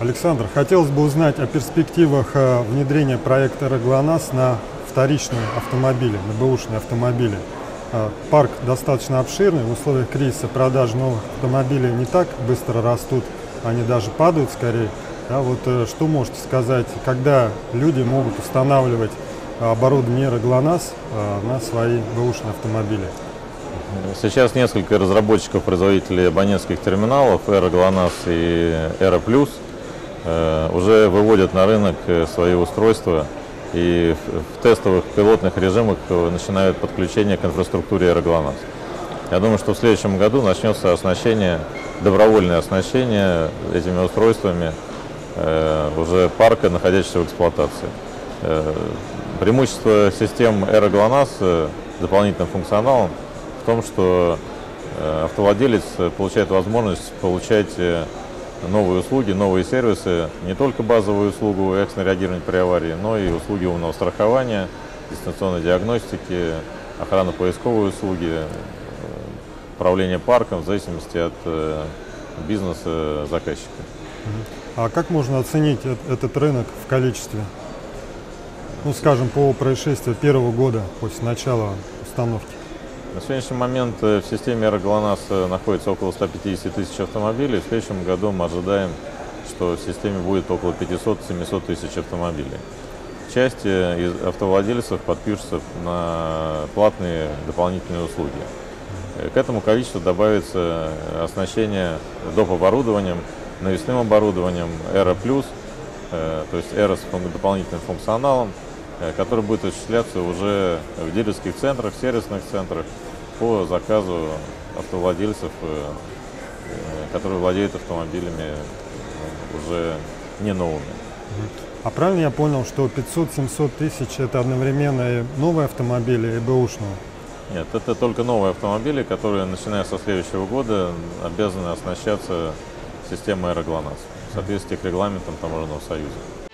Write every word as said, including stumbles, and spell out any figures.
Александр, хотелось бы узнать о перспективах внедрения проекта «ЭРО-ГЛОНАСС» на вторичные автомобили, на бэушные автомобили. Парк достаточно обширный, в условиях кризиса продажи новых автомобилей не так быстро растут, они даже падают скорее. Да, вот что можете сказать, когда люди могут устанавливать оборудование «ЭРО-ГЛОНАСС» на свои бэушные автомобили? Сейчас несколько разработчиков-производителей абонентских терминалов «ЭРО-ГЛОНАСС» и «ЭРО Плюс» уже выводят на рынок свои устройства и в тестовых пилотных режимах начинают подключение к инфраструктуре «ЭРО-ГЛОНАСС». Я думаю, что в следующем году начнется оснащение, добровольное оснащение этими устройствами уже парка, находящегося в эксплуатации. Преимущество систем «ЭРО-ГЛОНАСС» с дополнительным функционалом в том, что автовладелец получает возможность получать новые услуги, новые сервисы, не только базовую услугу экстренного реагирования при аварии, но и услуги умного страхования, дистанционной диагностики, охраны поисковой услуги, управления парком в зависимости от бизнеса заказчика. А как можно оценить этот рынок в количестве? Ну, скажем, по происшествию первого года после начала установки. На сегодняшний момент в системе «ЭРО-ГЛОНАСС» находится около ста пятидесяти тысяч автомобилей. В следующем году мы ожидаем, что в системе будет около пятисот-семисот тысяч автомобилей. Часть из автовладельцев подпишутся на платные дополнительные услуги. К этому количеству добавится оснащение доп. Оборудованием, навесным оборудованием «ЭРО Плюс», то есть «ЭРО» с дополнительным функционалом, который будет осуществляться уже в дилерских центрах, сервисных центрах по заказу автовладельцев, которые владеют автомобилями уже не новыми. А правильно я понял, что пятьсот-семьсот тысяч это одновременно и новые автомобили, и бэушные? Нет, это только новые автомобили, которые, начиная со следующего года, обязаны оснащаться системой «ЭРО-ГЛОНАСС» в соответствии с регламентом Таможенного союза.